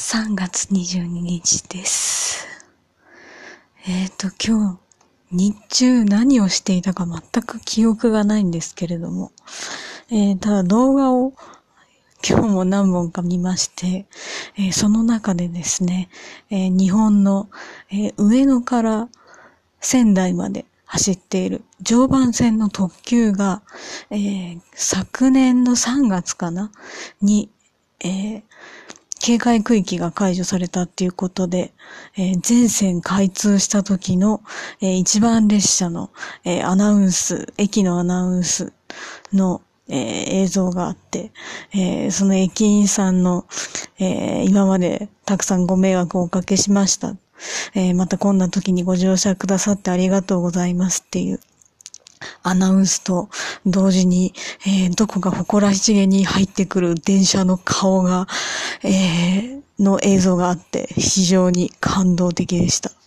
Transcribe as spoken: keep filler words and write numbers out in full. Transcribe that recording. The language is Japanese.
さんがつにじゅうににちです。えっと、今日、日中何をしていたか全く記憶がないんですけれども、えー、ただ動画を今日も何本か見まして、えー、その中でですね、えー、日本の、えー、上野から仙台まで走っている常磐線の特急が、えー、昨年のさんがつかなに、えー、警戒区域が解除されたっていうことで、えー、全線開通した時の、えー、一番列車の、えー、アナウンス、駅のアナウンスの、えー、映像があって、えー、その駅員さんの、えー、今までたくさんご迷惑をおかけしました。えー、またこんな時にご乗車くださってありがとうございますっていうアナウンスと同時に、えー、どこか誇らしげに入ってくる電車の顔が、えー、の映像があって非常に感動的でした。